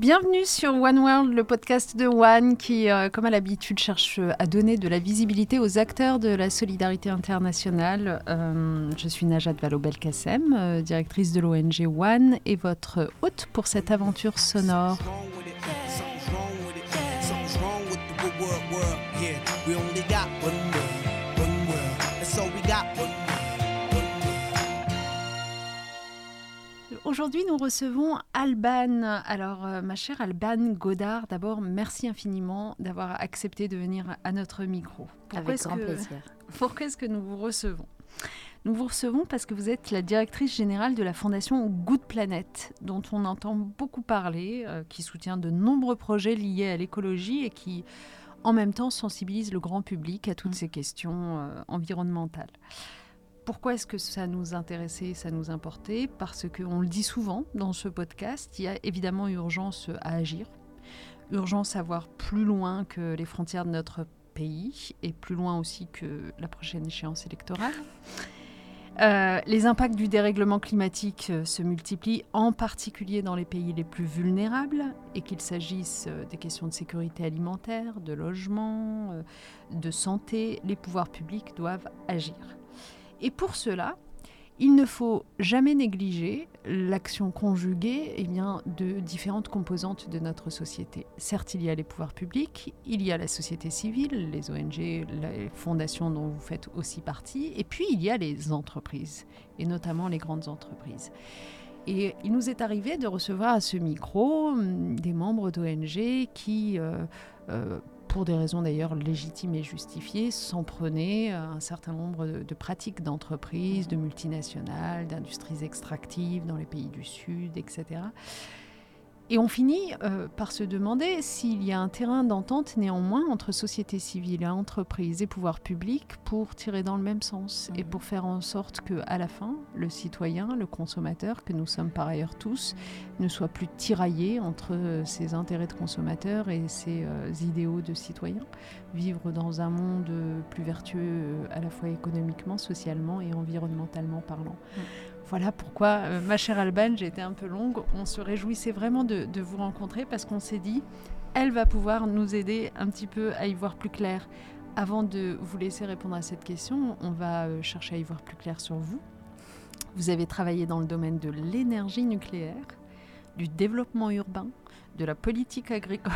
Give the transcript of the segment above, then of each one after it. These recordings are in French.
Bienvenue sur One World, le podcast de One qui, comme à l'habitude, cherche à donner de la visibilité aux acteurs de la solidarité internationale. Je suis Najat Vallaud-Belkacem, directrice de l'ONG One et votre hôte pour cette aventure sonore. Aujourd'hui, nous recevons Alban. Alors, ma chère Alban Godard, d'abord, merci infiniment d'avoir accepté de venir à notre micro. Avec grand plaisir. Pourquoi est-ce que nous vous recevons ? Nous vous recevons parce que vous êtes la directrice générale de la fondation Good Planet, dont on entend beaucoup parler, qui soutient de nombreux projets liés à l'écologie et qui, en même temps, sensibilise le grand public à toutes ces questions environnementales. Pourquoi est-ce que ça nous intéressait, ça nous importait ? Parce qu'on le dit souvent dans ce podcast, il y a évidemment urgence à agir, urgence à voir plus loin que les frontières de notre pays et plus loin aussi que la prochaine échéance électorale. Les impacts du dérèglement climatique se multiplient, en particulier dans les pays les plus vulnérables, et qu'il s'agisse des questions de sécurité alimentaire, de logement, de santé, les pouvoirs publics doivent agir. Et pour cela, il ne faut jamais négliger l'action conjuguée de différentes composantes de notre société. Certes, il y a les pouvoirs publics, il y a la société civile, les ONG, les fondations dont vous faites aussi partie, et puis il y a les entreprises, et notamment les grandes entreprises. Et il nous est arrivé de recevoir à ce micro des membres d'ONG qui... pour des raisons d'ailleurs légitimes et justifiées, s'en prenaient à un certain nombre de pratiques d'entreprises, de multinationales, d'industries extractives dans les pays du Sud, etc. Et on finit par se demander s'il y a un terrain d'entente néanmoins entre société civile et entreprises et pouvoirs publics pour tirer dans le même sens et pour faire en sorte qu'à la fin, le citoyen, le consommateur, que nous sommes par ailleurs tous, ne soit plus tiraillé entre ses intérêts de consommateur et ses idéaux de citoyen. Vivre dans un monde plus vertueux à la fois économiquement, socialement et environnementalement parlant. Voilà pourquoi, ma chère Alban, j'ai été un peu longue. On se réjouissait vraiment de vous rencontrer parce qu'on s'est dit, elle va pouvoir nous aider un petit peu à y voir plus clair. Avant de vous laisser répondre à cette question, on va chercher à y voir plus clair sur vous. Vous avez travaillé dans le domaine de l'énergie nucléaire, du développement urbain, de la politique agricole.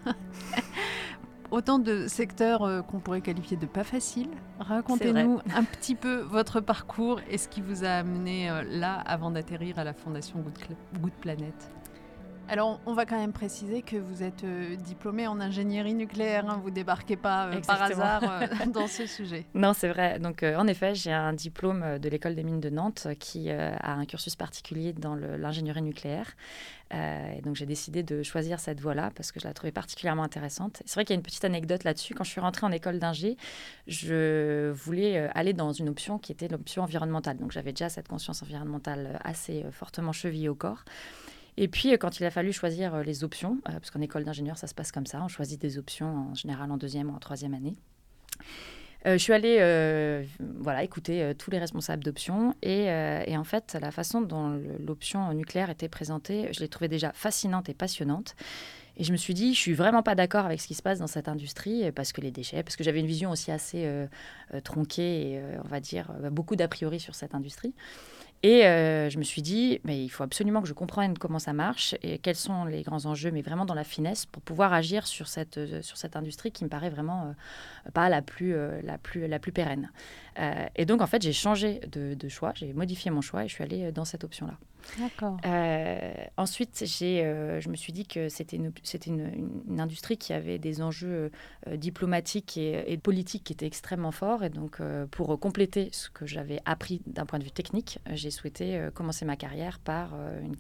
Autant de secteurs qu'on pourrait qualifier de pas faciles. Racontez-nous un petit peu votre parcours et ce qui vous a amené là avant d'atterrir à la fondation Good Planet. Alors, on va quand même préciser que vous êtes diplômée en ingénierie nucléaire. Hein, vous ne débarquez pas par hasard dans ce sujet. Non, c'est vrai. Donc, en effet, j'ai un diplôme de l'École des mines de Nantes qui a un cursus particulier dans l'ingénierie nucléaire. Et donc, j'ai décidé de choisir cette voie-là parce que je la trouvais particulièrement intéressante. C'est vrai qu'il y a une petite anecdote là-dessus. Quand je suis rentrée en école d'ingé, je voulais aller dans une option qui était l'option environnementale. Donc, j'avais déjà cette conscience environnementale assez fortement chevillée au corps. Et puis, quand il a fallu choisir les options, parce qu'en école d'ingénieur, ça se passe comme ça, on choisit des options en général en deuxième ou en troisième année. Je suis allée écouter tous les responsables d'options et en fait, la façon dont l'option nucléaire était présentée, je l'ai trouvée déjà fascinante et passionnante. Et je me suis dit, je suis vraiment pas d'accord avec ce qui se passe dans cette industrie parce que les déchets, parce que j'avais une vision aussi assez tronquée et on va dire beaucoup d'a priori sur cette industrie. Et je me suis dit, mais il faut absolument que je comprenne comment ça marche et quels sont les grands enjeux, mais vraiment dans la finesse, pour pouvoir agir sur cette industrie qui me paraît vraiment pas la plus pérenne. Et donc, en fait, j'ai changé de choix, j'ai modifié mon choix et je suis allée dans cette option-là. D'accord. Ensuite, je me suis dit que c'était une industrie qui avait des enjeux diplomatiques et politiques qui étaient extrêmement forts. Et donc, pour compléter ce que j'avais appris d'un point de vue technique, j'ai souhaité commencer ma carrière par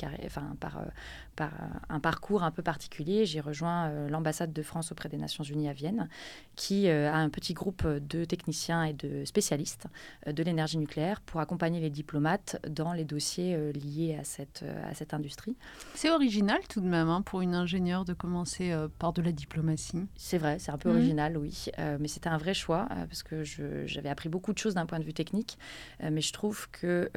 un parcours un peu particulier. J'ai rejoint l'ambassade de France auprès des Nations Unies à Vienne, qui a un petit groupe de techniciens et de spécialistes de l'énergie nucléaire pour accompagner les diplomates dans les dossiers liés à cette industrie. C'est original tout de même pour une ingénieure de commencer par de la diplomatie. C'est vrai, c'est un peu original, oui. Mais c'était un vrai choix parce que j'avais appris beaucoup de choses d'un point de vue technique. Mais je trouve que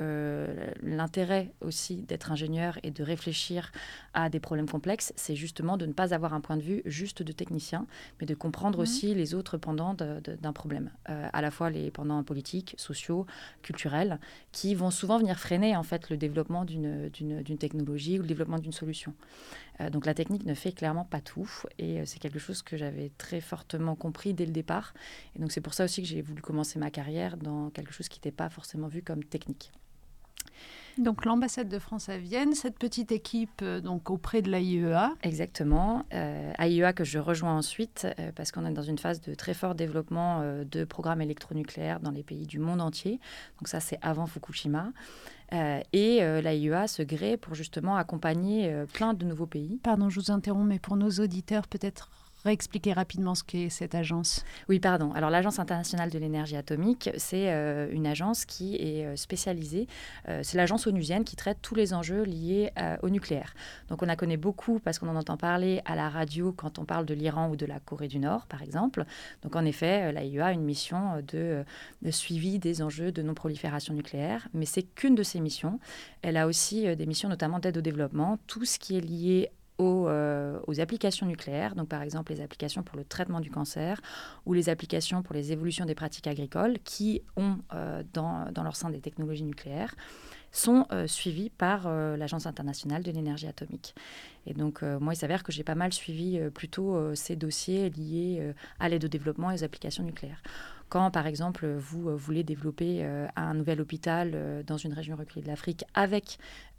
l'intérêt aussi d'être ingénieur et de réfléchir à des problèmes complexes, c'est justement de ne pas avoir un point de vue juste de technicien, mais de comprendre aussi les autres pendants d'un problème, à la fois les pendants politiques, sociaux, culturels, qui vont souvent venir freiner en fait le développement d'une technologie ou le développement d'une solution. Donc la technique ne fait clairement pas tout, et c'est quelque chose que j'avais très fortement compris dès le départ. Et donc c'est pour ça aussi que j'ai voulu commencer ma carrière dans quelque chose qui n'était pas forcément vu comme technique. Donc l'ambassade de France à Vienne, cette petite équipe donc auprès de l'AIEA. Exactement. AIEA que je rejoins ensuite parce qu'on est dans une phase de très fort développement de programmes électronucléaires dans les pays du monde entier. Donc ça, c'est avant Fukushima. Et l'AIEA se grée pour justement accompagner plein de nouveaux pays. Pardon, je vous interromps, mais pour nos auditeurs, peut-être réexpliquer rapidement ce qu'est cette agence. Oui, pardon. Alors, l'Agence internationale de l'énergie atomique, c'est une agence qui est spécialisée. C'est l'agence onusienne qui traite tous les enjeux liés au nucléaire. Donc, on la connaît beaucoup parce qu'on en entend parler à la radio quand on parle de l'Iran ou de la Corée du Nord, par exemple. Donc, en effet, l'AIEA a une mission de suivi des enjeux de non-prolifération nucléaire, mais c'est qu'une de ses missions. Elle a aussi des missions notamment d'aide au développement, tout ce qui est lié aux applications nucléaires, donc par exemple les applications pour le traitement du cancer ou les applications pour les évolutions des pratiques agricoles qui ont dans leur sein des technologies nucléaires, sont suivies par l'Agence internationale de l'énergie atomique. Et donc, moi, il s'avère que j'ai pas mal suivi plutôt ces dossiers liés à l'aide au développement et aux applications nucléaires. Quand, par exemple, vous voulez développer un nouvel hôpital dans une région reculée de l'Afrique avec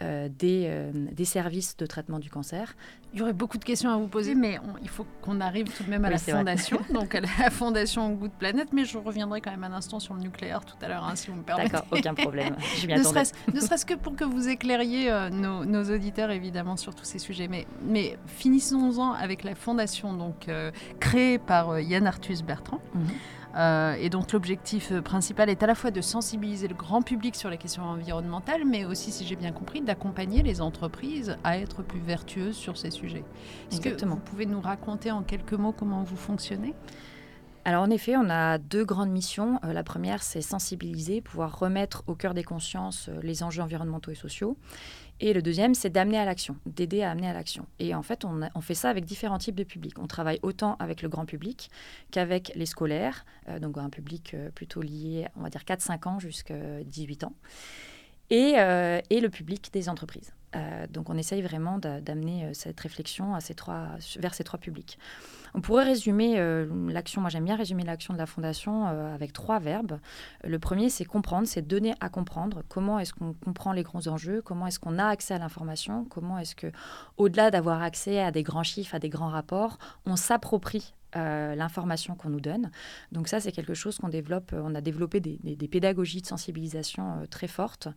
des services de traitement du cancer. Il y aurait beaucoup de questions à vous poser, mais il faut qu'on arrive tout de même à la fondation, donc à la fondation Good Planet, mais je reviendrai quand même un instant sur le nucléaire tout à l'heure, hein, si vous me permettez. D'accord, aucun problème. Je m'y attendais. Ne serait-ce que pour que vous éclairiez nos auditeurs, évidemment, sur tous ces sujets. Mais finissons-en avec la fondation donc, créée par Yann Arthus Bertrand. Et donc l'objectif principal est à la fois de sensibiliser le grand public sur les questions environnementales, mais aussi, si j'ai bien compris, d'accompagner les entreprises à être plus vertueuses sur ces sujets. Est-ce que vous pouvez nous raconter en quelques mots comment vous fonctionnez ? Alors en effet, on a deux grandes missions. La première, c'est sensibiliser, pouvoir remettre au cœur des consciences les enjeux environnementaux et sociaux. Et le deuxième, c'est d'amener à l'action, d'aider à amener à l'action. Et en fait, on fait ça avec différents types de publics. On travaille autant avec le grand public qu'avec les scolaires, donc un public plutôt lié, on va dire 4-5 ans jusqu'à 18 ans, et le public des entreprises. Donc on essaye vraiment d'amener cette réflexion vers ces trois publics. On pourrait résumer l'action, moi j'aime bien résumer l'action de la Fondation avec 3 verbes. Le premier, c'est comprendre, c'est donner à comprendre. Comment est-ce qu'on comprend les grands enjeux ? Comment est-ce qu'on a accès à l'information ? Comment est-ce que, au-delà d'avoir accès à des grands chiffres, à des grands rapports, on s'approprie l'information qu'on nous donne. Donc ça, c'est quelque chose qu'on développe. On a développé des pédagogies de sensibilisation très fortes.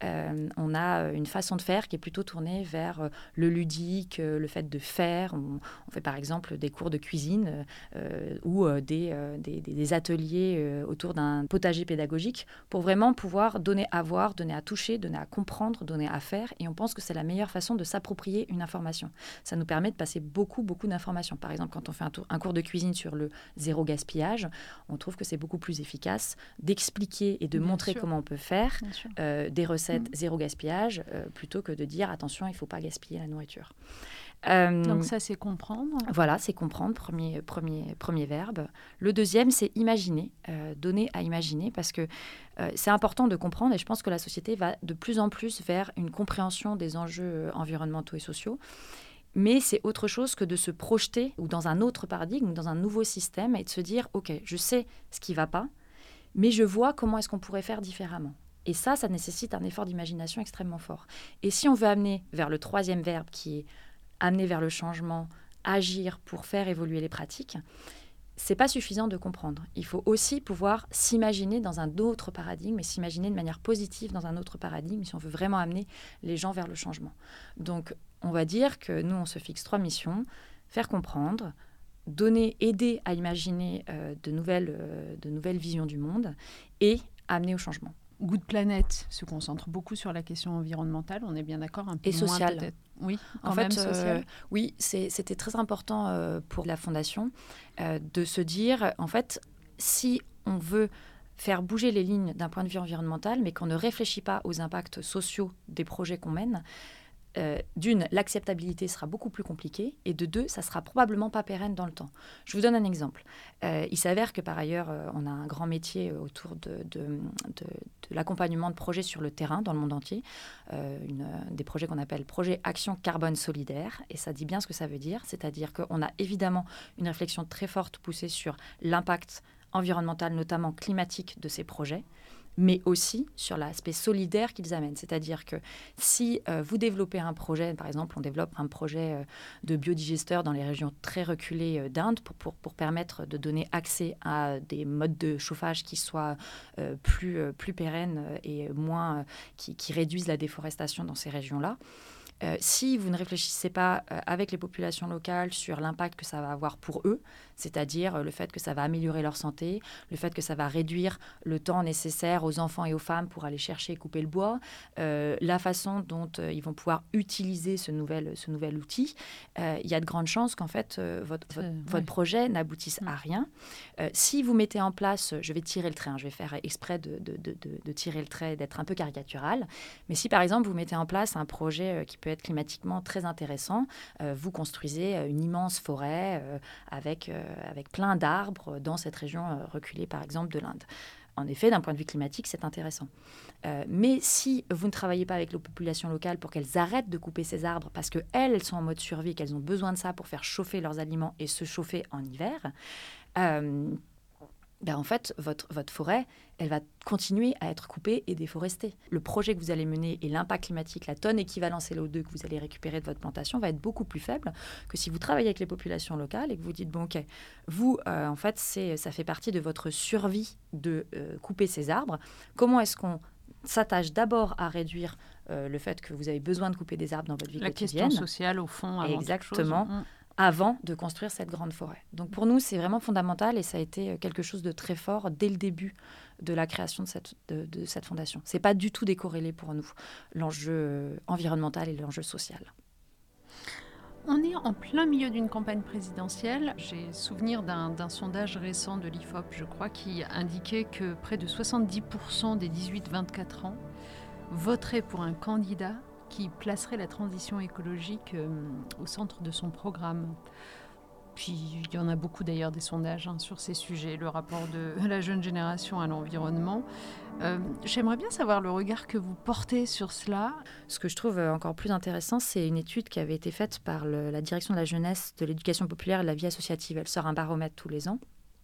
On a une façon de faire qui est plutôt tournée vers le ludique, le fait de faire. On fait par exemple des cours de cuisine ou des ateliers autour d'un potager pédagogique pour vraiment pouvoir donner à voir, donner à toucher, donner à comprendre, donner à faire. Et on pense que c'est la meilleure façon de s'approprier une information. Ça nous permet de passer beaucoup d'informations. Par exemple, quand on fait un cours de cuisine sur le zéro gaspillage, on trouve que c'est beaucoup plus efficace d'expliquer et de montrer comment on peut faire des recettes zéro gaspillage plutôt que de dire attention, il ne faut pas gaspiller la nourriture. Donc ça, c'est comprendre. Voilà, c'est comprendre, premier verbe. Le deuxième, c'est imaginer, donner à imaginer, parce que c'est important de comprendre, et je pense que la société va de plus en plus vers une compréhension des enjeux environnementaux et sociaux. Mais c'est autre chose que de se projeter ou dans un autre paradigme, dans un nouveau système, et de se dire, OK, je sais ce qui ne va pas, mais je vois comment est-ce qu'on pourrait faire différemment. Et ça nécessite un effort d'imagination extrêmement fort. Et si on veut amener vers le troisième verbe, qui est amener vers le changement, agir pour faire évoluer les pratiques, c'est pas suffisant de comprendre. Il faut aussi pouvoir s'imaginer dans un autre paradigme et s'imaginer de manière positive dans un autre paradigme si on veut vraiment amener les gens vers le changement. Donc, on va dire que nous, on se fixe 3 missions. Faire comprendre, aider à imaginer de nouvelles visions du monde et amener au changement. Good Planet se concentre beaucoup sur la question environnementale, on est bien d'accord, un peu et sociale. Peut-être. Oui, en fait, oui, c'était très important pour la Fondation de se dire, en fait, si on veut faire bouger les lignes d'un point de vue environnemental, mais qu'on ne réfléchit pas aux impacts sociaux des projets qu'on mène, d'une, l'acceptabilité sera beaucoup plus compliquée, et de deux, ça sera probablement pas pérenne dans le temps. Je vous donne un exemple. Il s'avère que par ailleurs, on a un grand métier autour de l'accompagnement de projets sur le terrain dans le monde entier, des projets qu'on appelle projets Action Carbone Solidaire, et ça dit bien ce que ça veut dire, c'est-à-dire qu'on a évidemment une réflexion très forte poussée sur l'impact environnemental, notamment climatique, de ces projets, mais aussi sur l'aspect solidaire qu'ils amènent. C'est-à-dire que si vous développez un projet, par exemple, on développe un projet de biodigesteur dans les régions très reculées d'Inde pour permettre de donner accès à des modes de chauffage qui soient plus pérennes et moins, qui réduisent la déforestation dans ces régions-là. Si vous ne réfléchissez pas avec les populations locales sur l'impact que ça va avoir pour eux, c'est-à-dire le fait que ça va améliorer leur santé, le fait que ça va réduire le temps nécessaire aux enfants et aux femmes pour aller chercher et couper le bois, la façon dont ils vont pouvoir utiliser ce nouvel outil, il y a de grandes chances qu'en fait, votre projet n'aboutisse à rien. Si vous mettez en place, je vais tirer le trait, je vais faire exprès de tirer le trait, d'être un peu caricatural, mais si par exemple vous mettez en place un projet qui peut être climatiquement très intéressant, vous construisez une immense forêt avec plein d'arbres dans cette région reculée, par exemple, de l'Inde. En effet, d'un point de vue climatique, c'est intéressant. Mais si vous ne travaillez pas avec les populations locales pour qu'elles arrêtent de couper ces arbres parce qu'elles sont en mode survie, qu'elles ont besoin de ça pour faire chauffer leurs aliments et se chauffer en hiver, en fait, votre forêt, elle va continuer à être coupée et déforestée. Le projet que vous allez mener et l'impact climatique, la tonne équivalent CO2 que vous allez récupérer de votre plantation va être beaucoup plus faible que si vous travaillez avec les populations locales et que vous dites, bon, OK, vous, en fait, ça fait partie de votre survie de couper ces arbres. Comment est-ce qu'on s'attache d'abord à réduire le fait que vous avez besoin de couper des arbres dans votre vie quotidienne. La question sociale, au fond, avant Exactement. toute chose. Avant de construire cette grande forêt. Donc pour nous, c'est vraiment fondamental et ça a été quelque chose de très fort dès le début de la création de cette fondation. Ce n'est pas du tout décorrélé pour nous, l'enjeu environnemental et l'enjeu social. On est en plein milieu d'une campagne présidentielle. J'ai souvenir d'un sondage récent de l'IFOP, je crois, qui indiquait que près de 70% des 18-24 ans voteraient pour un candidat qui placerait la transition écologique au centre de son programme. Puis il y en a beaucoup d'ailleurs des sondages sur ces sujets, le rapport de la jeune génération à l'environnement. J'aimerais bien savoir le regard que vous portez sur cela. Ce que je trouve encore plus intéressant, c'est une étude qui avait été faite par la direction de la jeunesse, de l'éducation populaire et de la vie associative. Elle sort un baromètre tous les ans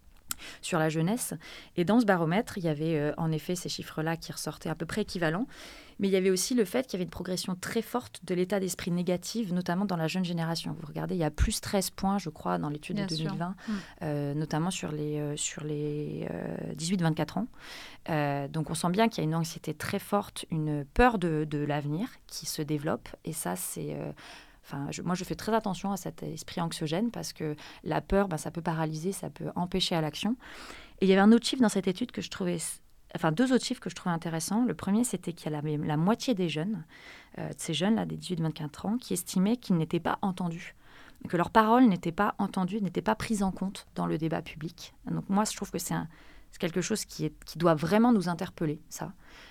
sur la jeunesse. Et dans ce baromètre, il y avait en effet ces chiffres-là qui ressortaient à peu près équivalents. Mais il y avait aussi le fait qu'il y avait une progression très forte de l'état d'esprit négatif, notamment dans la jeune génération. Vous regardez, il y a plus 13 points, je crois, dans l'étude de 2020, notamment sur les 18-24 ans. Donc on sent bien qu'il y a une anxiété très forte, une peur de l'avenir qui se développe. Et ça, c'est... moi, je fais très attention à cet esprit anxiogène parce que la peur, ça peut paralyser, ça peut empêcher à l'action. Et il y avait un autre chiffre dans cette étude que je trouvais... deux autres chiffres que je trouvais intéressants. Le premier, c'était qu'il y a la moitié des jeunes, de ces jeunes-là, des 18-24 ans, qui estimaient qu'ils n'étaient pas entendus, que leurs paroles n'étaient pas entendues, n'étaient pas prises en compte dans le débat public. Donc moi, je trouve que c'est quelque chose qui doit vraiment nous interpeller, ça,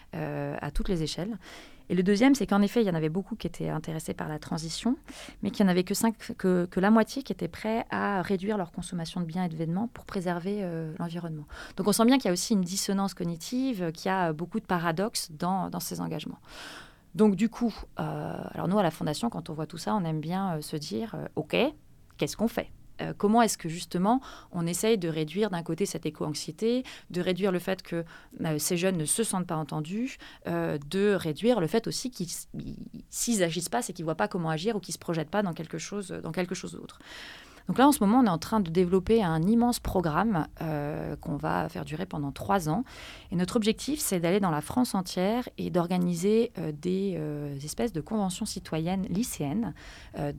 à toutes les échelles. Et le deuxième, c'est qu'en effet, il y en avait beaucoup qui étaient intéressés par la transition, mais qu'il n'y en avait que la moitié qui étaient prêts à réduire leur consommation de biens et de vêtements pour préserver l'environnement. Donc on sent bien qu'il y a aussi une dissonance cognitive, qu'il y a beaucoup de paradoxes dans ces engagements. Donc du coup, alors nous, à la Fondation, quand on voit tout ça, on aime bien se dire, OK, qu'est-ce qu'on fait ? Comment est-ce que justement on essaye de réduire d'un côté cette éco-anxiété, de réduire le fait que ces jeunes ne se sentent pas entendus, de réduire le fait aussi qu'ils, s'ils n'agissent pas, c'est qu'ils ne voient pas comment agir ou qu'ils ne se projettent pas dans quelque chose d'autre. Donc là, en ce moment, on est en train de développer un immense programme qu'on va faire durer pendant 3 ans. Et notre objectif, c'est d'aller dans la France entière et d'organiser des espèces de conventions citoyennes lycéennes, donc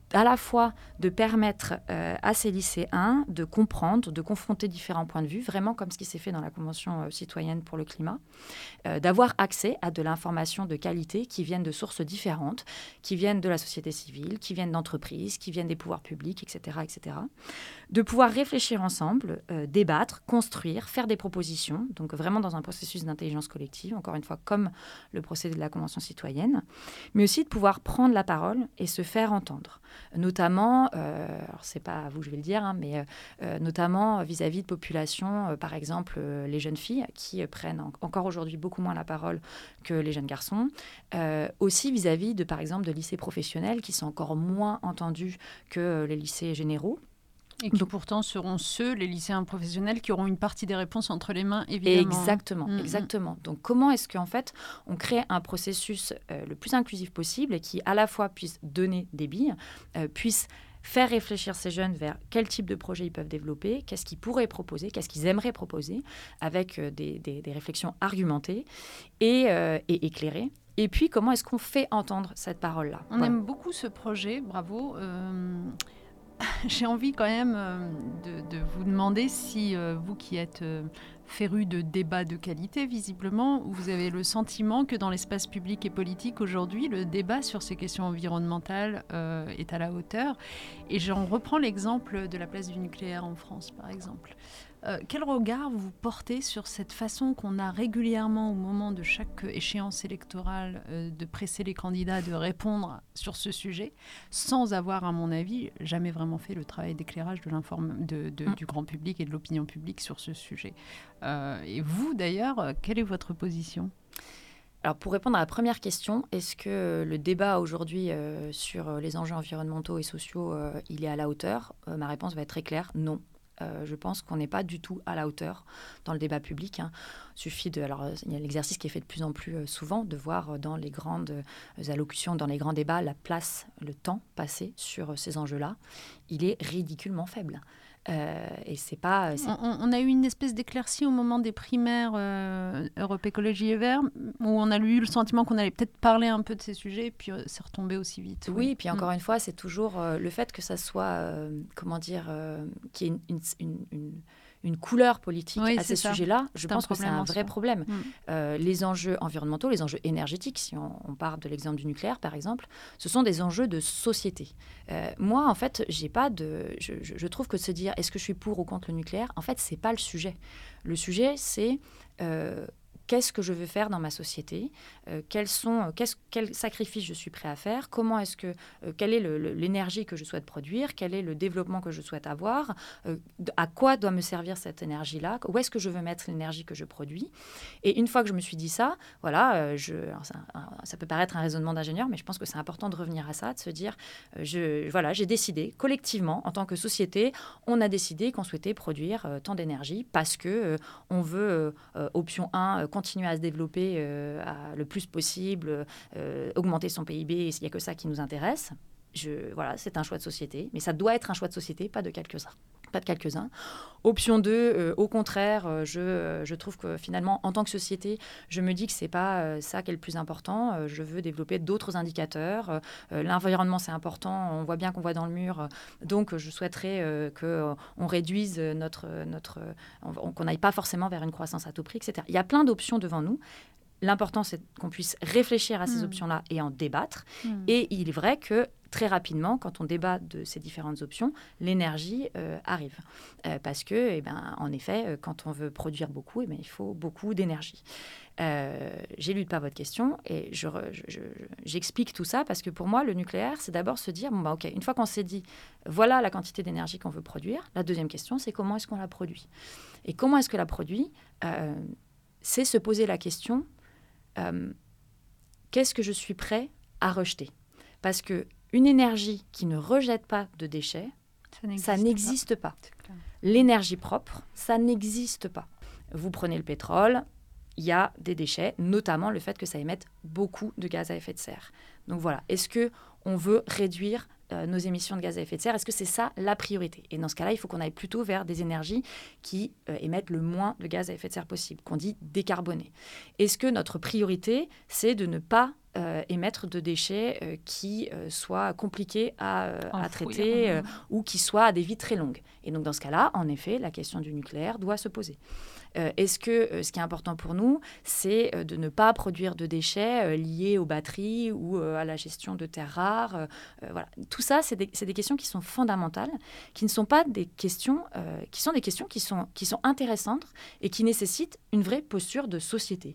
à la fois de permettre à ces lycéens de comprendre, de confronter différents points de vue, vraiment comme ce qui s'est fait dans la Convention citoyenne pour le climat, d'avoir accès à de l'information de qualité qui viennent de sources différentes, qui viennent de la société civile, qui viennent d'entreprises, qui viennent des pouvoirs publics, etc., etc. De pouvoir réfléchir ensemble, débattre, construire, faire des propositions, donc vraiment dans un processus d'intelligence collective, encore une fois comme le procédé de la Convention citoyenne, mais aussi de pouvoir prendre la parole et se faire entendre. Notamment, alors c'est pas à vous que je vais le dire, hein, mais notamment vis-à-vis de populations, par exemple les jeunes filles qui prennent encore aujourd'hui beaucoup moins la parole que les jeunes garçons, aussi vis-à-vis de, par exemple, de lycées professionnels qui sont encore moins entendus que les lycées généraux. Et qui pourtant seront les lycéens professionnels, qui auront une partie des réponses entre les mains, évidemment. Exactement. Donc, comment est-ce qu'en fait, on crée un processus le plus inclusif possible et qui, à la fois, puisse donner des billes, puisse faire réfléchir ces jeunes vers quel type de projet ils peuvent développer, qu'est-ce qu'ils pourraient proposer, qu'est-ce qu'ils aimeraient proposer, avec des réflexions argumentées et éclairées. Et puis, comment est-ce qu'on fait entendre cette parole-là ? On aime beaucoup ce projet, bravo. J'ai envie quand même de vous demander si vous qui êtes féru de débats de qualité, visiblement, vous avez le sentiment que dans l'espace public et politique aujourd'hui, le débat sur ces questions environnementales est à la hauteur. Et j'en reprends l'exemple de la place du nucléaire en France, par exemple. Quel regard vous portez sur cette façon qu'on a régulièrement au moment de chaque échéance électorale de presser les candidats de répondre sur ce sujet, sans avoir, à mon avis, jamais vraiment fait le travail d'éclairage du grand public et de l'opinion publique sur ce sujet. Et vous, d'ailleurs, quelle est votre position ? Alors, pour répondre à la première question, est-ce que le débat aujourd'hui sur les enjeux environnementaux et sociaux, il est à la hauteur ? Ma réponse va être très claire, non. Je pense qu'on n'est pas du tout à la hauteur dans le débat public. Hein. Alors, il y a l'exercice qui est fait de plus en plus souvent de voir dans les grandes allocutions, dans les grands débats, la place, le temps passé sur ces enjeux-là. Il est ridiculement faible. Et c'est pas. On a eu une espèce d'éclaircie au moment des primaires Europe Écologie et Verts, où on a eu le sentiment qu'on allait peut-être parler un peu de ces sujets, puis c'est retombé aussi vite. Oui, puis encore une fois, c'est toujours le fait que ça soit, qu'il y ait une couleur politique à ces sujets-là, je pense que c'est un vrai problème. Les enjeux environnementaux, les enjeux énergétiques, si on part de l'exemple du nucléaire, par exemple, ce sont des enjeux de société. Moi, en fait, je trouve que de se dire est-ce que je suis pour ou contre le nucléaire, en fait, c'est pas le sujet. Le sujet, c'est qu'est-ce que je veux faire dans ma société, quels sacrifices je suis prêt à faire, quelle est l'énergie que je souhaite produire, quel est le développement que je souhaite avoir, à quoi doit me servir cette énergie-là, où est-ce que je veux mettre l'énergie que je produis. Et une fois que je me suis dit ça, voilà, ça peut paraître un raisonnement d'ingénieur, mais je pense que c'est important de revenir à ça, de se dire, j'ai décidé collectivement, en tant que société, on a décidé qu'on souhaitait produire tant d'énergie parce que on veut, option 1, continuer à se développer le plus possible, augmenter son PIB, il n'y a que ça qui nous intéresse. C'est un choix de société, mais ça doit être un choix de société, pas de quelques-uns. Option 2, au contraire, je trouve que finalement, en tant que société, je me dis que ce n'est pas ça qui est le plus important. Je veux développer d'autres indicateurs. L'environnement, c'est important. On voit bien qu'on voit dans le mur. Donc, je souhaiterais qu'on réduise qu'on n'aille pas forcément vers une croissance à tout prix, etc. Il y a plein d'options devant nous. L'important, c'est qu'on puisse réfléchir à ces options-là et en débattre. Et il est vrai que très rapidement, quand on débat de ces différentes options, l'énergie arrive. Parce que, en effet, quand on veut produire beaucoup, il faut beaucoup d'énergie. J'élude pas votre question et j'explique tout ça parce que pour moi, le nucléaire, c'est d'abord se dire, OK, une fois qu'on s'est dit, voilà la quantité d'énergie qu'on veut produire, la deuxième question, c'est comment est-ce qu'on la produit ? Et comment est-ce que la produit ? C'est se poser la question, qu'est-ce que je suis prêt à rejeter ? Parce qu'une énergie qui ne rejette pas de déchets, ça n'existe pas. L'énergie propre, ça n'existe pas. Vous prenez le pétrole, il y a des déchets, notamment le fait que ça émette beaucoup de gaz à effet de serre. Donc voilà, est-ce qu'on veut réduire nos émissions de gaz à effet de serre ? Est-ce que c'est ça la priorité ? Et dans ce cas-là, il faut qu'on aille plutôt vers des énergies qui émettent le moins de gaz à effet de serre possible, qu'on dit décarbonées. Est-ce que notre priorité, c'est de ne pas émettre de déchets qui soient compliqués à Enfouir. traiter ou qui soient à des vies très longues. Et donc, dans ce cas-là, en effet, la question du nucléaire doit se poser. Est-ce que ce qui est important pour nous, c'est de ne pas produire de déchets liés aux batteries ou à la gestion de terres rares voilà. Tout ça, c'est des questions qui sont fondamentales, qui ne sont pas des questions, qui sont des questions qui sont intéressantes et qui nécessitent une vraie posture de société.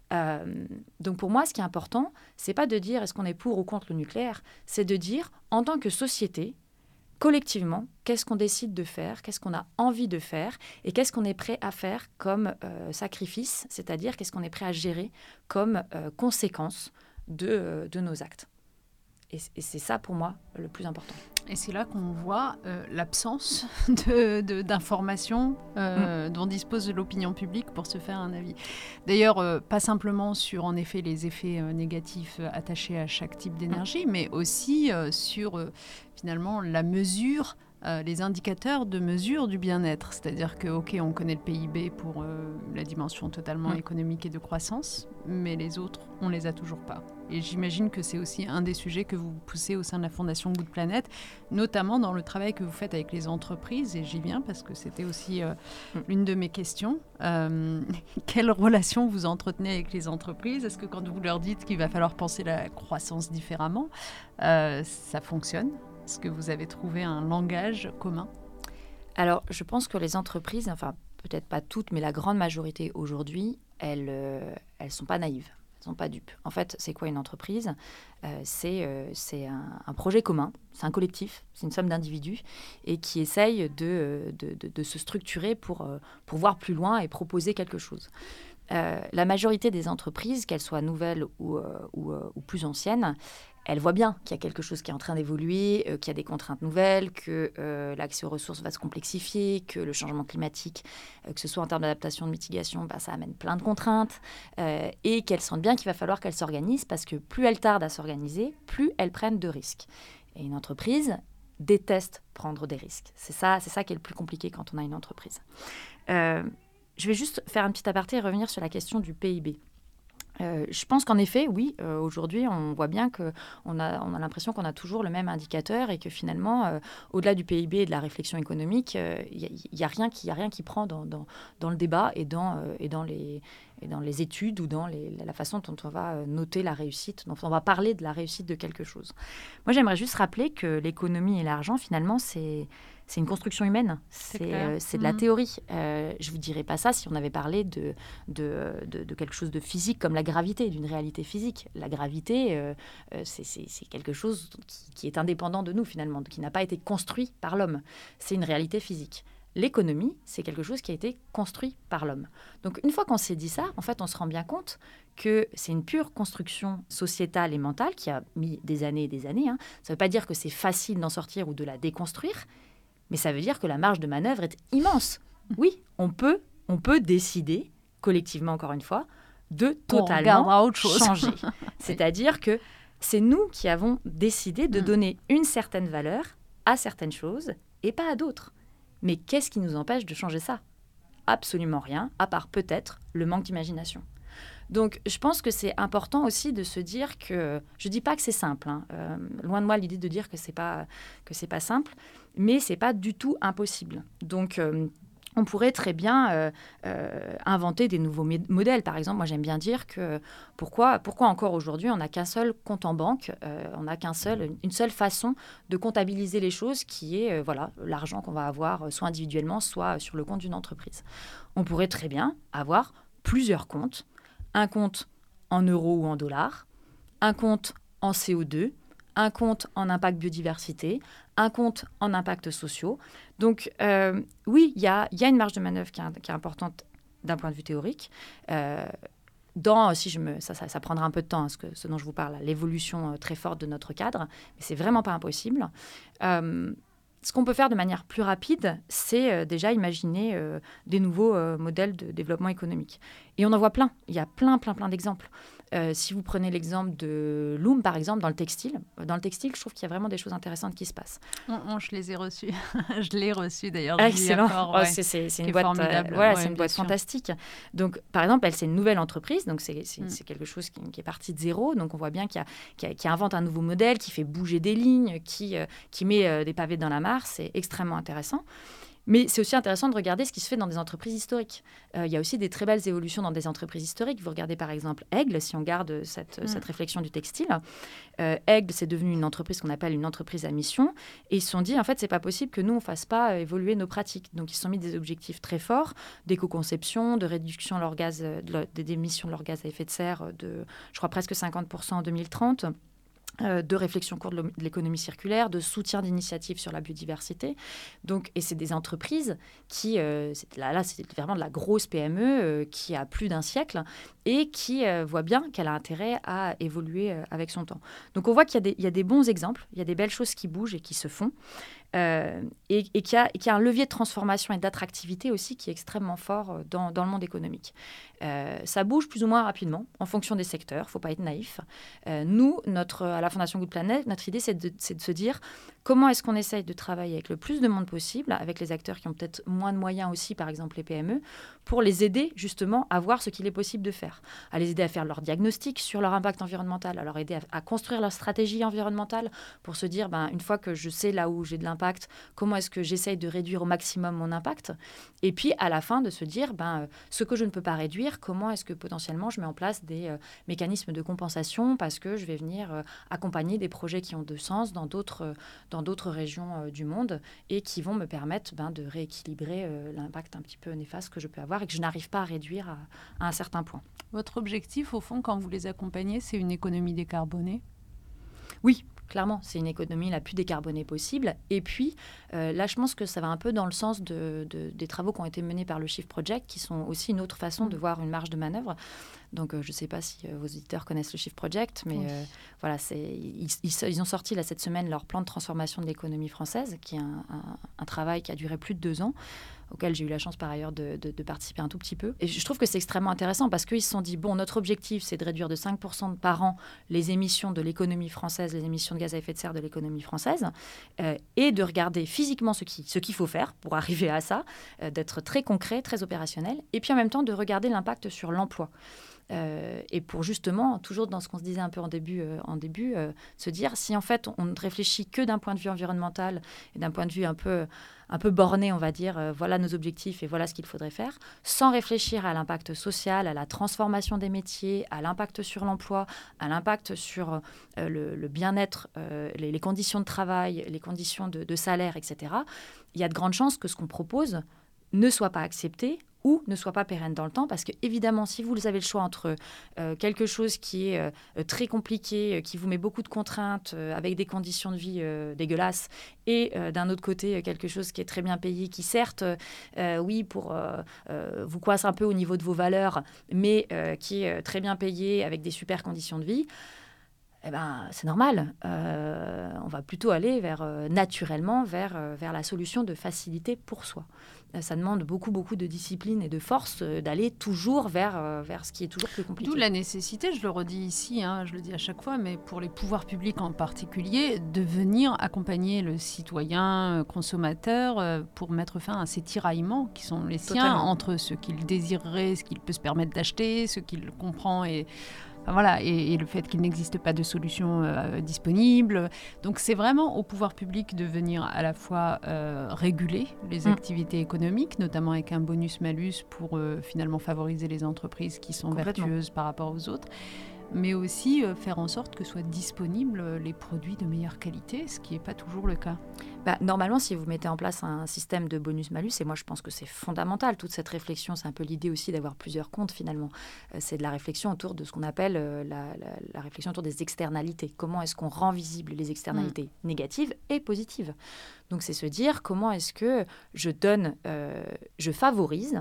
Donc pour moi, ce qui est important, c'est pas de dire est-ce qu'on est pour ou contre le nucléaire, c'est de dire en tant que société, collectivement, qu'est-ce qu'on décide de faire, qu'est-ce qu'on a envie de faire et qu'est-ce qu'on est prêt à faire comme sacrifice, c'est-à-dire qu'est-ce qu'on est prêt à gérer comme conséquence de nos actes. Et c'est ça, pour moi, le plus important. Et c'est là qu'on voit l'absence d'informations dont dispose l'opinion publique pour se faire un avis. D'ailleurs, pas simplement sur, en effet, les effets négatifs attachés à chaque type d'énergie, mais aussi sur, finalement, la mesure, les indicateurs de mesure du bien-être. C'est-à-dire que, OK, on connaît le PIB pour la dimension totalement économique et de croissance, mais les autres, on les a toujours pas. Et j'imagine que c'est aussi un des sujets que vous poussez au sein de la Fondation Good Planet, notamment dans le travail que vous faites avec les entreprises. Et j'y viens parce que c'était aussi l'une de mes questions. Quelle relation vous entretenez avec les entreprises ? Est-ce que quand vous leur dites qu'il va falloir penser la croissance différemment, ça fonctionne ? Est-ce que vous avez trouvé un langage commun ? Alors, je pense que les entreprises, enfin peut-être pas toutes, mais la grande majorité aujourd'hui, elles sont pas naïves. Elles sont pas dupes. En fait, c'est quoi une entreprise ? C'est un projet commun, c'est un collectif, c'est une somme d'individus et qui essayent de se structurer pour voir plus loin et proposer quelque chose. La majorité des entreprises, qu'elles soient nouvelles ou plus anciennes, elles voient bien qu'il y a quelque chose qui est en train d'évoluer, qu'il y a des contraintes nouvelles, que l'accès aux ressources va se complexifier, que le changement climatique, que ce soit en termes d'adaptation, de mitigation, ça amène plein de contraintes, et qu'elles sentent bien qu'il va falloir qu'elles s'organisent parce que plus elles tardent à s'organiser, plus elles prennent de risques. Et une entreprise déteste prendre des risques. C'est ça qui est le plus compliqué quand on a une entreprise. Je vais juste faire un petit aparté et revenir sur la question du PIB. Je pense qu'en effet, oui, aujourd'hui, on voit bien qu'on a l'impression qu'on a toujours le même indicateur et que finalement, au-delà du PIB et de la réflexion économique, il n'y a rien qui prend dans le débat et dans les études ou dans la façon dont on va noter la réussite, dont on va parler de la réussite de quelque chose. Moi, j'aimerais juste rappeler que l'économie et l'argent, finalement, c'est une construction humaine, c'est de la théorie. Je ne vous dirais pas ça si on avait parlé de quelque chose de physique comme la gravité, d'une réalité physique. La gravité, c'est quelque chose qui est indépendant de nous finalement, qui n'a pas été construit par l'homme. C'est une réalité physique. L'économie, c'est quelque chose qui a été construit par l'homme. Donc une fois qu'on s'est dit ça, en fait, on se rend bien compte que c'est une pure construction sociétale et mentale qui a mis des années et des années. Ça ne veut pas dire que c'est facile d'en sortir ou de la déconstruire, mais ça veut dire que la marge de manœuvre est immense. Oui, on peut décider, collectivement encore une fois, de totalement changer. C'est-à-dire que c'est nous qui avons décidé de donner une certaine valeur à certaines choses et pas à d'autres. Mais qu'est-ce qui nous empêche de changer ça ? Absolument rien, à part peut-être le manque d'imagination. Donc, je pense que c'est important aussi de se dire que... Je ne dis pas que c'est simple. Loin de moi l'idée de dire que c'est pas simple, mais ce n'est pas du tout impossible. Donc, on pourrait très bien inventer des nouveaux modèles. Par exemple, moi, j'aime bien dire que pourquoi encore aujourd'hui, on n'a qu'un seul compte en banque, on n'a une seule façon de comptabiliser les choses qui est l'argent qu'on va avoir soit individuellement, soit sur le compte d'une entreprise. On pourrait très bien avoir plusieurs comptes. Un compte en euros ou en dollars, un compte en CO2, un compte en impact biodiversité, un compte en impact sociaux. Donc, oui, il y a une marge de manœuvre qui est importante d'un point de vue théorique. Ça prendra un peu de temps, ce dont je vous parle, l'évolution très forte de notre cadre, mais c'est vraiment pas impossible. Ce qu'on peut faire de manière plus rapide, c'est déjà imaginer des nouveaux modèles de développement économique. Et on en voit plein. Il y a plein d'exemples. Si vous prenez l'exemple de Loom, par exemple, dans le textile, je trouve qu'il y a vraiment des choses intéressantes qui se passent. Je les ai reçus. Je l'ai reçu d'ailleurs. Excellent. Ouais, c'est une boîte formidable. Voilà, c'est une boîte fantastique. Donc, par exemple, elle, c'est une nouvelle entreprise. Donc, c'est quelque chose qui est parti de zéro. Donc, on voit bien qui invente un nouveau modèle, qui fait bouger des lignes, qui met des pavés dans la mare. C'est extrêmement intéressant. Mais c'est aussi intéressant de regarder ce qui se fait dans des entreprises historiques. Il y a aussi des très belles évolutions dans des entreprises historiques. Vous regardez par exemple Aigle, si on garde cette réflexion du textile. Aigle, c'est devenu une entreprise qu'on appelle une entreprise à mission. Et ils se sont dit, en fait, c'est pas possible que nous, on fasse pas évoluer nos pratiques. Donc, ils se sont mis des objectifs très forts d'éco-conception, de réduction des émissions de leurs gaz à effet de serre de, je crois, presque 50% en 2030. De réflexion courte de l'économie circulaire, de soutien d'initiatives sur la biodiversité. Donc, et c'est des entreprises qui, c'est vraiment de la grosse PME qui a plus d'un siècle et qui voit bien qu'elle a intérêt à évoluer avec son temps. Donc, on voit qu'il y a des bons exemples, il y a des belles choses qui bougent et qui se font. Et qu'il y a un levier de transformation et d'attractivité aussi qui est extrêmement fort dans le monde économique. Ça bouge plus ou moins rapidement en fonction des secteurs, il ne faut pas être naïf. Nous, à la Fondation Good Planet, notre idée, c'est de se dire comment est-ce qu'on essaye de travailler avec le plus de monde possible, avec les acteurs qui ont peut-être moins de moyens aussi, par exemple les PME, pour les aider justement à voir ce qu'il est possible de faire, à les aider à faire leur diagnostic sur leur impact environnemental, à leur aider à construire leur stratégie environnementale pour se dire, une fois que je sais là où j'ai de l'impact, comment est-ce que j'essaye de réduire au maximum mon impact, et puis à la fin de se dire, ce que je ne peux pas réduire, comment est-ce que potentiellement je mets en place des mécanismes de compensation parce que je vais venir accompagner des projets qui ont de sens dans d'autres régions du monde et qui vont me permettre de rééquilibrer l'impact un petit peu néfaste que je peux avoir et que je n'arrive pas à réduire à un certain point. Votre objectif, au fond, quand vous les accompagnez, c'est une économie décarbonée ? Oui. Clairement, c'est une économie la plus décarbonée possible. Et puis, là, je pense que ça va un peu dans le sens des travaux qui ont été menés par le Shift Project, qui sont aussi une autre façon de voir une marge de manœuvre. Donc, je ne sais pas si vos auditeurs connaissent le Shift Project, mais voilà, ils ont sorti là, cette semaine leur plan de transformation de l'économie française, qui est un travail qui a duré plus de 2 ans, auquel j'ai eu la chance par ailleurs de participer un tout petit peu. Et je trouve que c'est extrêmement intéressant parce qu'ils se sont dit, notre objectif, c'est de réduire de 5% par an les émissions de l'économie française, les émissions de gaz à effet de serre de l'économie française, et de regarder physiquement ce qu'il faut faire pour arriver à ça, d'être très concret, très opérationnel, et puis en même temps de regarder l'impact sur l'emploi. Et pour justement, toujours dans ce qu'on se disait un peu en début, se dire si en fait on ne réfléchit que d'un point de vue environnemental et d'un point de vue un peu borné, on va dire, voilà nos objectifs et voilà ce qu'il faudrait faire, sans réfléchir à l'impact social, à la transformation des métiers, à l'impact sur l'emploi, à l'impact sur le bien-être, les conditions de travail, les conditions de salaire, etc., il y a de grandes chances que ce qu'on propose ne soit pas accepté ou ne soit pas pérenne dans le temps, parce que évidemment, si vous avez le choix entre quelque chose qui est très compliqué, qui vous met beaucoup de contraintes, avec des conditions de vie dégueulasses, et d'un autre côté, quelque chose qui est très bien payé, qui certes, vous coince un peu au niveau de vos valeurs, mais qui est très bien payé, avec des super conditions de vie, c'est normal. On va plutôt aller naturellement vers la solution de facilité pour soi. Ça demande beaucoup, beaucoup de discipline et de force d'aller toujours vers ce qui est toujours plus compliqué. D'où la nécessité, je le redis ici, je le dis à chaque fois, mais pour les pouvoirs publics en particulier, de venir accompagner le citoyen consommateur pour mettre fin à ces tiraillements qui sont les siens. Totalement. Entre ce qu'il désirerait, ce qu'il peut se permettre d'acheter, ce qu'il comprend et le fait qu'il n'existe pas de solution disponible. Donc c'est vraiment au pouvoir public de venir à la fois réguler les activités économiques, notamment avec un bonus-malus pour finalement favoriser les entreprises qui sont vertueuses par rapport aux autres, mais aussi faire en sorte que soient disponibles les produits de meilleure qualité, ce qui n'est pas toujours le cas. Normalement, si vous mettez en place un système de bonus-malus, et moi je pense que c'est fondamental, toute cette réflexion, c'est un peu l'idée aussi d'avoir plusieurs comptes finalement. C'est de la réflexion autour de ce qu'on appelle la réflexion autour des externalités. Comment est-ce qu'on rend visibles les externalités négatives et positives ? Donc c'est se dire comment est-ce que je favorise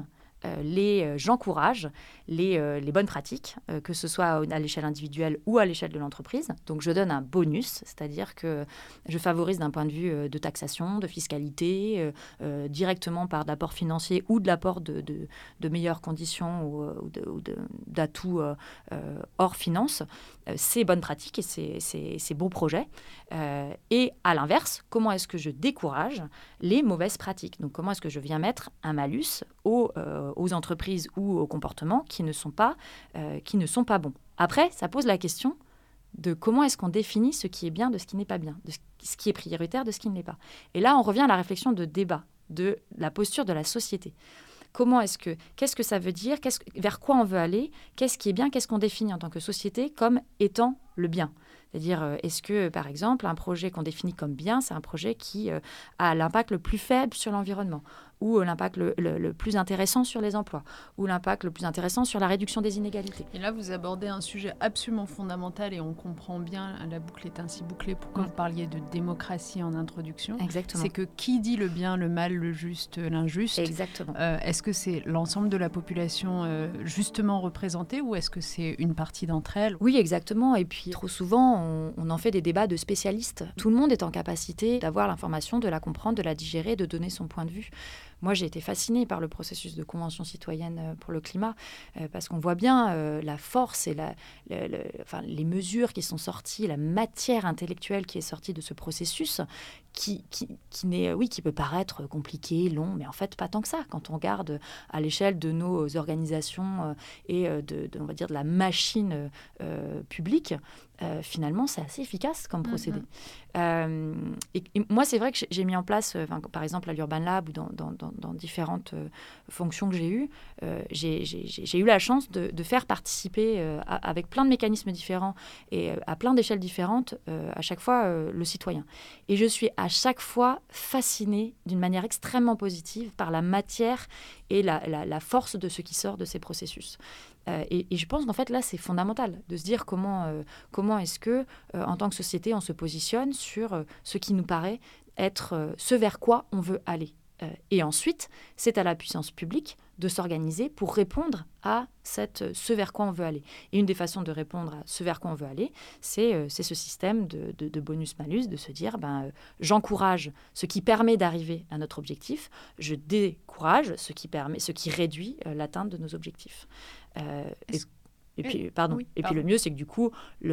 j'encourage les bonnes pratiques, que ce soit à l'échelle individuelle ou à l'échelle de l'entreprise. Donc, je donne un bonus, c'est-à-dire que je favorise d'un point de vue de taxation, de fiscalité, directement par de l'apport financier ou de l'apport de meilleures conditions ou d'atouts hors finance, ces bonnes pratiques et ces beaux projets. Et à l'inverse, comment est-ce que je décourage les mauvaises pratiques? Donc, comment est-ce que je viens mettre un malus aux entreprises ou aux comportements qui ne sont pas bons? Après, ça pose la question de comment est-ce qu'on définit ce qui est bien de ce qui n'est pas bien, de ce qui est prioritaire de ce qui ne l'est pas. Et là, on revient à la réflexion de débat, de la posture de la société. Qu'est-ce que ça veut dire, vers quoi on veut aller, qu'est-ce qui est bien, qu'est-ce qu'on définit en tant que société comme étant le bien? C'est-à-dire, est-ce que, par exemple, un projet qu'on définit comme bien, c'est un projet qui a l'impact le plus faible sur l'environnement, ou l'impact le plus intéressant sur les emplois, ou l'impact le plus intéressant sur la réduction des inégalités. Et là, vous abordez un sujet absolument fondamental et on comprend bien, la boucle est ainsi bouclée, pourquoi vous parliez de démocratie en introduction. Exactement. C'est que qui dit le bien, le mal, le juste, l'injuste? Exactement. Est-ce que c'est l'ensemble de la population justement représentée ou est-ce que c'est une partie d'entre elles? Oui, exactement. Et puis, trop souvent, on en fait des débats de spécialistes. Tout le monde est en capacité d'avoir l'information, de la comprendre, de la digérer, de donner son point de vue. Moi, j'ai été fascinée par le processus de convention citoyenne pour le climat parce qu'on voit bien la force et les mesures qui sont sorties, la matière intellectuelle qui est sortie de ce processus qui peut paraître compliqué, long, mais en fait, pas tant que ça. Quand on regarde à l'échelle de nos organisations et on va dire de la machine publique, finalement, c'est assez efficace comme procédé. Et moi, c'est vrai que j'ai mis en place, par exemple, à l'Urban Lab ou dans différentes fonctions que j'ai eues, j'ai eu la chance de faire participer avec plein de mécanismes différents et à plein d'échelles différentes, à chaque fois, le citoyen. Et je suis à chaque fois fascinée d'une manière extrêmement positive par la matière et la force de ce qui sort de ces processus. Et je pense qu'en fait, là, c'est fondamental de se dire comment est-ce que, en tant que société, on se positionne sur ce qui nous paraît être ce vers quoi on veut aller. Et ensuite, c'est à la puissance publique de s'organiser pour répondre à ce vers quoi on veut aller. Et une des façons de répondre à ce vers quoi on veut aller, c'est ce système de bonus-malus, de se dire, j'encourage ce qui permet d'arriver à notre objectif, je décourage ce qui réduit l'atteinte de nos objectifs. Et puis le mieux, c'est que du coup,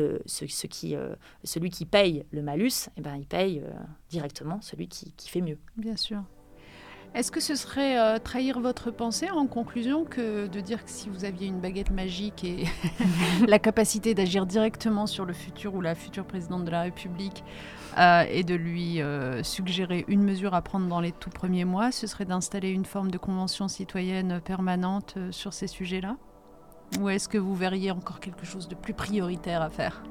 celui qui paye le malus, il paye directement celui qui fait mieux. Bien sûr. Est-ce que ce serait trahir votre pensée en conclusion que de dire que si vous aviez une baguette magique et la capacité d'agir directement sur le futur ou la future présidente de la République et de lui suggérer une mesure à prendre dans les tout premiers mois, ce serait d'installer une forme de convention citoyenne permanente sur ces sujets-là? Ou est-ce que vous verriez encore quelque chose de plus prioritaire à faire?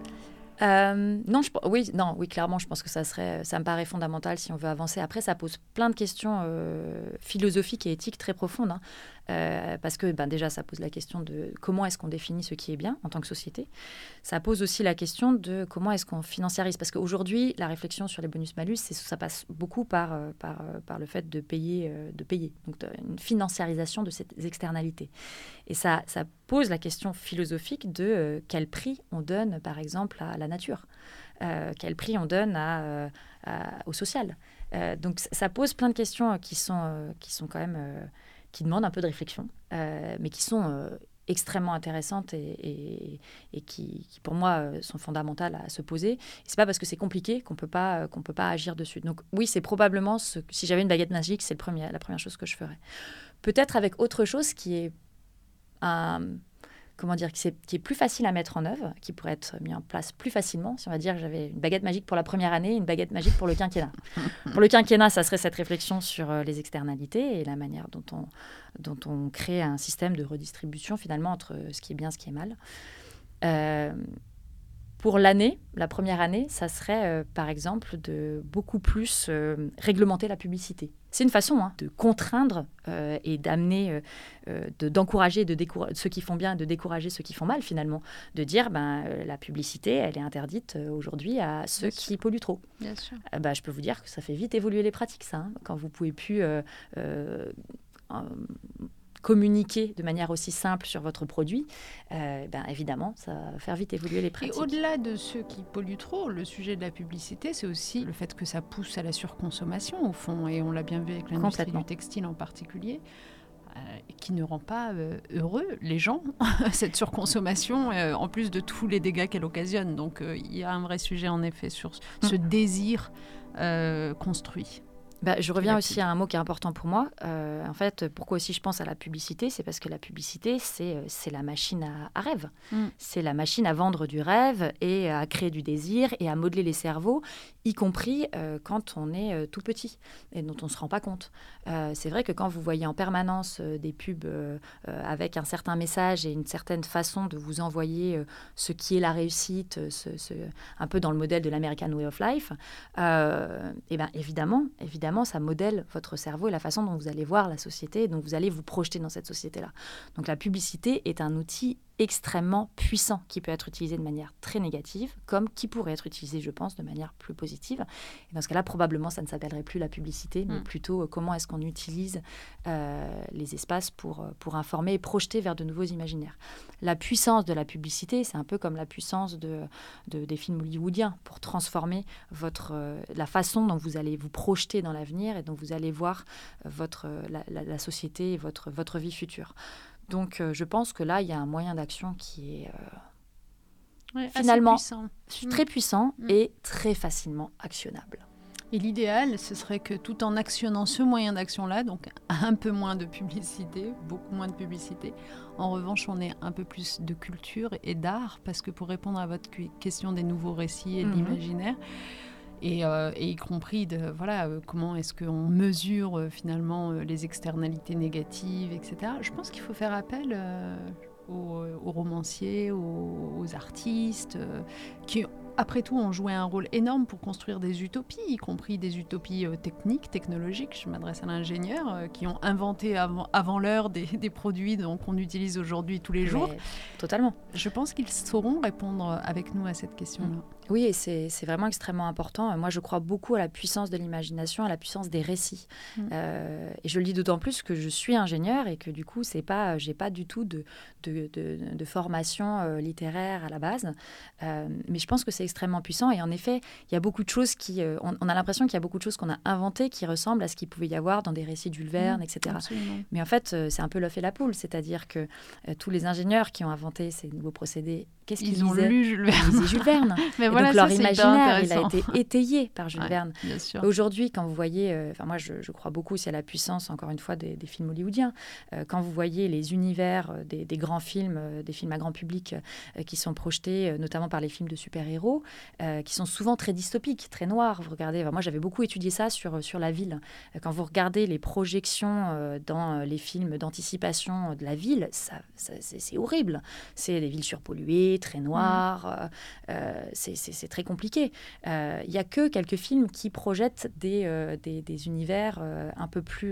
Oui, clairement, je pense que ça me paraît fondamental si on veut avancer. Après, ça pose plein de questions philosophiques et éthiques très profondes, parce que déjà, ça pose la question de comment est-ce qu'on définit ce qui est bien en tant que société. Ça pose aussi la question de comment est-ce qu'on financiarise, parce qu'aujourd'hui, la réflexion sur les bonus-malus, ça passe beaucoup par le fait de payer, donc une financiarisation de ces externalités. Et ça pose la question philosophique de quel prix on donne, par exemple, à la nature, quel prix on donne au social. Donc ça pose plein de questions qui sont quand même qui demandent un peu de réflexion, mais qui sont extrêmement intéressantes et qui pour moi sont fondamentales à se poser. Et c'est pas parce que c'est compliqué qu'on peut pas agir dessus. Donc oui, c'est probablement si j'avais une baguette magique, c'est la première chose que je ferais. Peut-être avec autre chose qui est qui est plus facile à mettre en œuvre, qui pourrait être mis en place plus facilement. Si on va dire que j'avais une baguette magique pour la première année, une baguette magique pour le quinquennat. Pour le quinquennat, ça serait cette réflexion sur les externalités et la manière dont on crée un système de redistribution finalement entre ce qui est bien et ce qui est mal. Pour la première année, ça serait par exemple de beaucoup plus réglementer la publicité. C'est une façon de contraindre et d'amener, d'encourager ceux qui font bien, de décourager ceux qui font mal finalement. De dire, la publicité, elle est interdite aujourd'hui à ceux qui polluent trop. Bien sûr. Je peux vous dire que ça fait vite évoluer les pratiques, ça. Quand vous pouvez plus communiquer de manière aussi simple sur votre produit, évidemment, ça va faire vite évoluer les pratiques. Et au-delà de ceux qui polluent trop, le sujet de la publicité, c'est aussi le fait que ça pousse à la surconsommation, au fond, et on l'a bien vu avec l'industrie du textile en particulier, qui ne rend pas heureux les gens, cette surconsommation, en plus de tous les dégâts qu'elle occasionne. Donc il y a un vrai sujet, en effet, sur ce désir construit. Je reviens aussi à un mot qui est important pour moi. En fait, pourquoi aussi je pense à la publicité, c'est parce que la publicité, c'est la machine à rêve. C'est la machine à vendre du rêve et à créer du désir et à modeler les cerveaux, y compris quand on est tout petit et dont on ne se rend pas compte. C'est vrai que quand vous voyez en permanence des pubs avec un certain message et une certaine façon de vous envoyer ce qui est la réussite, un peu dans le modèle de l'American Way of Life, évidemment, ça modèle votre cerveau et la façon dont vous allez voir la société et dont vous allez vous projeter dans cette société-là. Donc la publicité est un outil extrêmement puissant qui peut être utilisé de manière très négative, comme qui pourrait être utilisé, je pense, de manière plus positive. Et dans ce cas-là, probablement, ça ne s'appellerait plus la publicité, mais plutôt comment est-ce qu'on utilise les espaces pour informer et projeter vers de nouveaux imaginaires. La puissance de la publicité, c'est un peu comme la puissance des films hollywoodiens pour transformer la façon dont vous allez vous projeter dans l'avenir et dont vous allez voir la société et votre vie future. Donc, je pense que là, il y a un moyen d'action qui est finalement très puissant et très facilement actionnable. Et l'idéal, ce serait que tout en actionnant ce moyen d'action-là, donc un peu moins de publicité, beaucoup moins de publicité, en revanche, on ait un peu plus de culture et d'art, parce que pour répondre à votre question des nouveaux récits et de l'imaginaire, et y compris comment est-ce qu'on mesure finalement les externalités négatives, etc. Je pense qu'il faut faire appel aux romanciers, aux artistes, qui après tout ont joué un rôle énorme pour construire des utopies, y compris des utopies techniques, technologiques. Je m'adresse à l'ingénieur, qui ont inventé avant l'heure des produits qu'on utilise aujourd'hui tous les jours. Totalement. Je pense qu'ils sauront répondre avec nous à cette question-là. Oui, et c'est vraiment extrêmement important. Moi, je crois beaucoup à la puissance de l'imagination, à la puissance des récits. Et je le dis d'autant plus que je suis ingénieure et que du coup, j'ai pas du tout de formation littéraire à la base. Mais je pense que c'est extrêmement puissant. Et en effet, il y a beaucoup de choses on a l'impression qu'il y a beaucoup de choses qu'on a inventées qui ressemblent à ce qu'il pouvait y avoir dans des récits d'Jules Verne, etc. Absolument. Mais en fait, c'est un peu l'œuf et la poule. C'est-à-dire que tous les ingénieurs qui ont inventé ces nouveaux procédés, qu'est-ce qu'ils ont lu Jules Verne. Ils lisaient Jules Verne. Mais donc leur imaginaire, il a été étayé par Jules Verne. Bien sûr. Aujourd'hui, quand vous voyez, moi je crois beaucoup aussi à la puissance, encore une fois, des films hollywoodiens. Quand vous voyez les univers des grands films, des films à grand public qui sont projetés, notamment par les films de super-héros, qui sont souvent très dystopiques, très noirs. Vous regardez, moi j'avais beaucoup étudié ça sur la ville. Quand vous regardez les projections dans les films d'anticipation de la ville, c'est horrible. C'est des villes surpolluées, très noires. C'est très compliqué. Il n'y a que quelques films qui projettent des univers un peu plus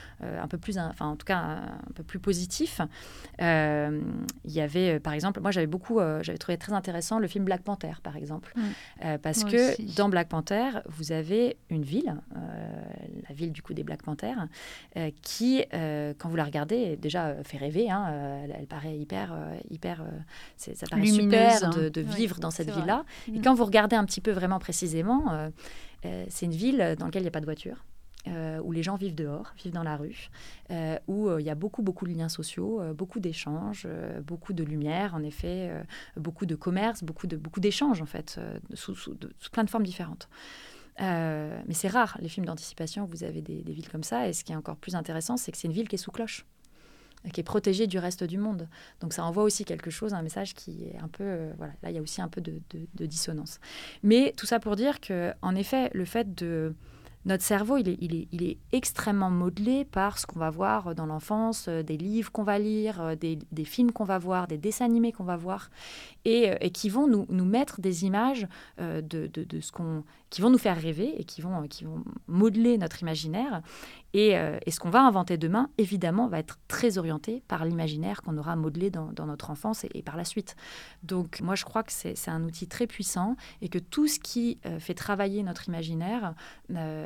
positifs. Il y avait, par exemple, moi j'avais trouvé très intéressant le film Black Panther, par exemple. Parce que dans Black Panther, vous avez une ville, la ville du coup des Black Panthers, qui, quand vous la regardez, déjà fait rêver. Elle paraît ça paraît lumineuse, super de vivre dans cette ville-là. Et quand vous regardez un petit peu vraiment précisément, c'est une ville dans laquelle il n'y a pas de voiture. Où les gens vivent dehors, vivent dans la rue, où il y a beaucoup de liens sociaux, beaucoup d'échanges, beaucoup de lumière, en effet, beaucoup de commerce, beaucoup d'échanges, en fait, sous plein de formes différentes. Mais c'est rare, les films d'anticipation, vous avez des villes comme ça, et ce qui est encore plus intéressant, c'est que c'est une ville qui est sous cloche, qui est protégée du reste du monde. Donc ça envoie aussi quelque chose, un message qui est un peu... là, il y a aussi un peu de dissonance. Mais tout ça pour dire qu'en effet, le fait de... Notre cerveau, il est extrêmement modelé par ce qu'on va voir dans l'enfance, des livres qu'on va lire, des films qu'on va voir, des dessins animés qu'on va voir, et qui vont nous mettre des images de ce qui vont nous faire rêver et qui vont modeler notre imaginaire. Et ce qu'on va inventer demain, évidemment, va être très orienté par l'imaginaire qu'on aura modelé dans notre enfance et par la suite. Donc, moi, je crois que c'est un outil très puissant et que tout ce qui fait travailler notre imaginaire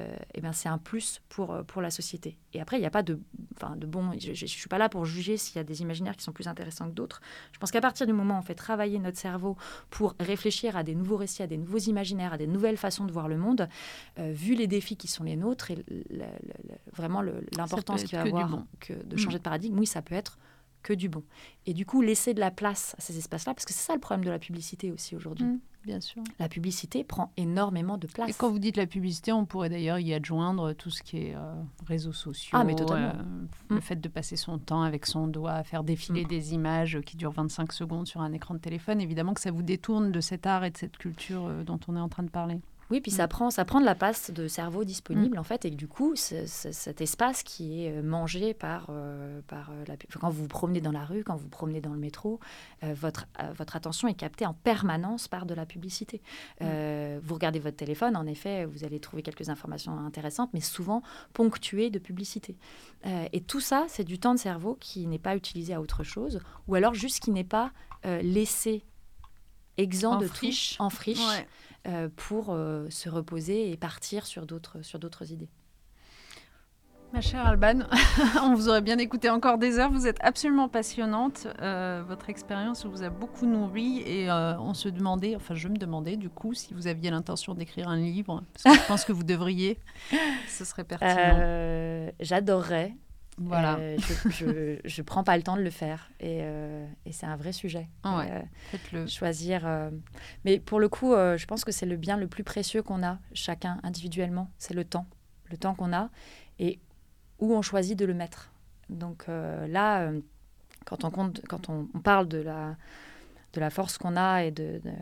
c'est un plus pour la société. Et après, il n'y a pas de bon... Je ne suis pas là pour juger s'il y a des imaginaires qui sont plus intéressants que d'autres. Je pense qu'à partir du moment où on fait travailler notre cerveau pour réfléchir à des nouveaux récits, à des nouveaux imaginaires, à des nouvelles façons de voir le monde, vu les défis qui sont les nôtres et vraiment l'importance qu'il va avoir de changer de paradigme, oui, ça peut être que du bon. Et du coup, laisser de la place à ces espaces-là, parce que c'est ça le problème de la publicité aussi aujourd'hui. Bien sûr. La publicité prend énormément de place. Et quand vous dites la publicité, on pourrait d'ailleurs y adjoindre tout ce qui est réseaux sociaux. Ah, mais totalement. Le fait de passer son temps avec son doigt à faire défiler des images qui durent 25 secondes sur un écran de téléphone, évidemment que ça vous détourne de cet art et de cette culture dont on est en train de parler. Oui, puis ça prend de la place de cerveau disponible, en fait, et du coup, cet espace qui est mangé par quand vous vous promenez dans la rue, quand vous vous promenez dans le métro, votre attention est captée en permanence par de la publicité. Vous regardez votre téléphone, en effet, vous allez trouver quelques informations intéressantes, mais souvent ponctuées de publicité. Et tout ça, c'est du temps de cerveau qui n'est pas utilisé à autre chose, ou alors juste qui n'est pas laissé exempt de friche, en friche. Ouais. Pour se reposer et partir sur d'autres idées. Ma chère Alban, on vous aurait bien écouté encore des heures. Vous êtes absolument passionnante. Votre expérience vous a beaucoup nourri et je me demandais du coup si vous aviez l'intention d'écrire un livre, parce que je pense que vous devriez. Ce serait pertinent. J'adorerais. Voilà. Je prends pas le temps de le faire et c'est un vrai sujet. Faites-le. Choisir. Mais pour le coup, je pense que c'est le bien le plus précieux qu'on a chacun individuellement, c'est le temps qu'on a et où on choisit de le mettre. Donc là, quand on parle de la force qu'on a et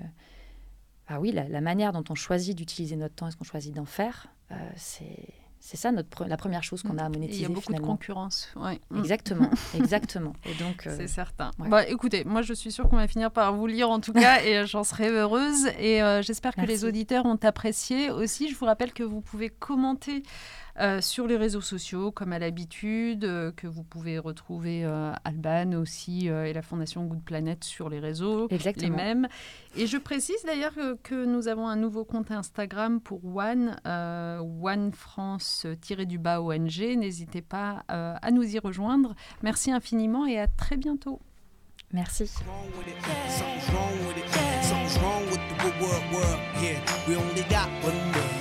la manière dont on choisit d'utiliser notre temps et ce qu'on choisit d'en faire, c'est ça la première chose qu'on a à monétiser. Il y a beaucoup finalement. de concurrence. Ouais. Exactement. Et donc, c'est certain. Ouais. Écoutez, moi je suis sûre qu'on va finir par vous lire en tout cas et j'en serai heureuse. Et j'espère que les auditeurs ont apprécié aussi. Je vous rappelle que vous pouvez commenter sur les réseaux sociaux comme à l'habitude, que vous pouvez retrouver Alban aussi et la Fondation Good Planet sur les réseaux. Exactement. Les mêmes. Et je précise d'ailleurs que nous avons un nouveau compte Instagram pour One France-ONG. N'hésitez pas à nous y rejoindre. Merci infiniment et à très bientôt. Merci. Something's wrong with it. Something's wrong with the world. Yeah, we only got one world.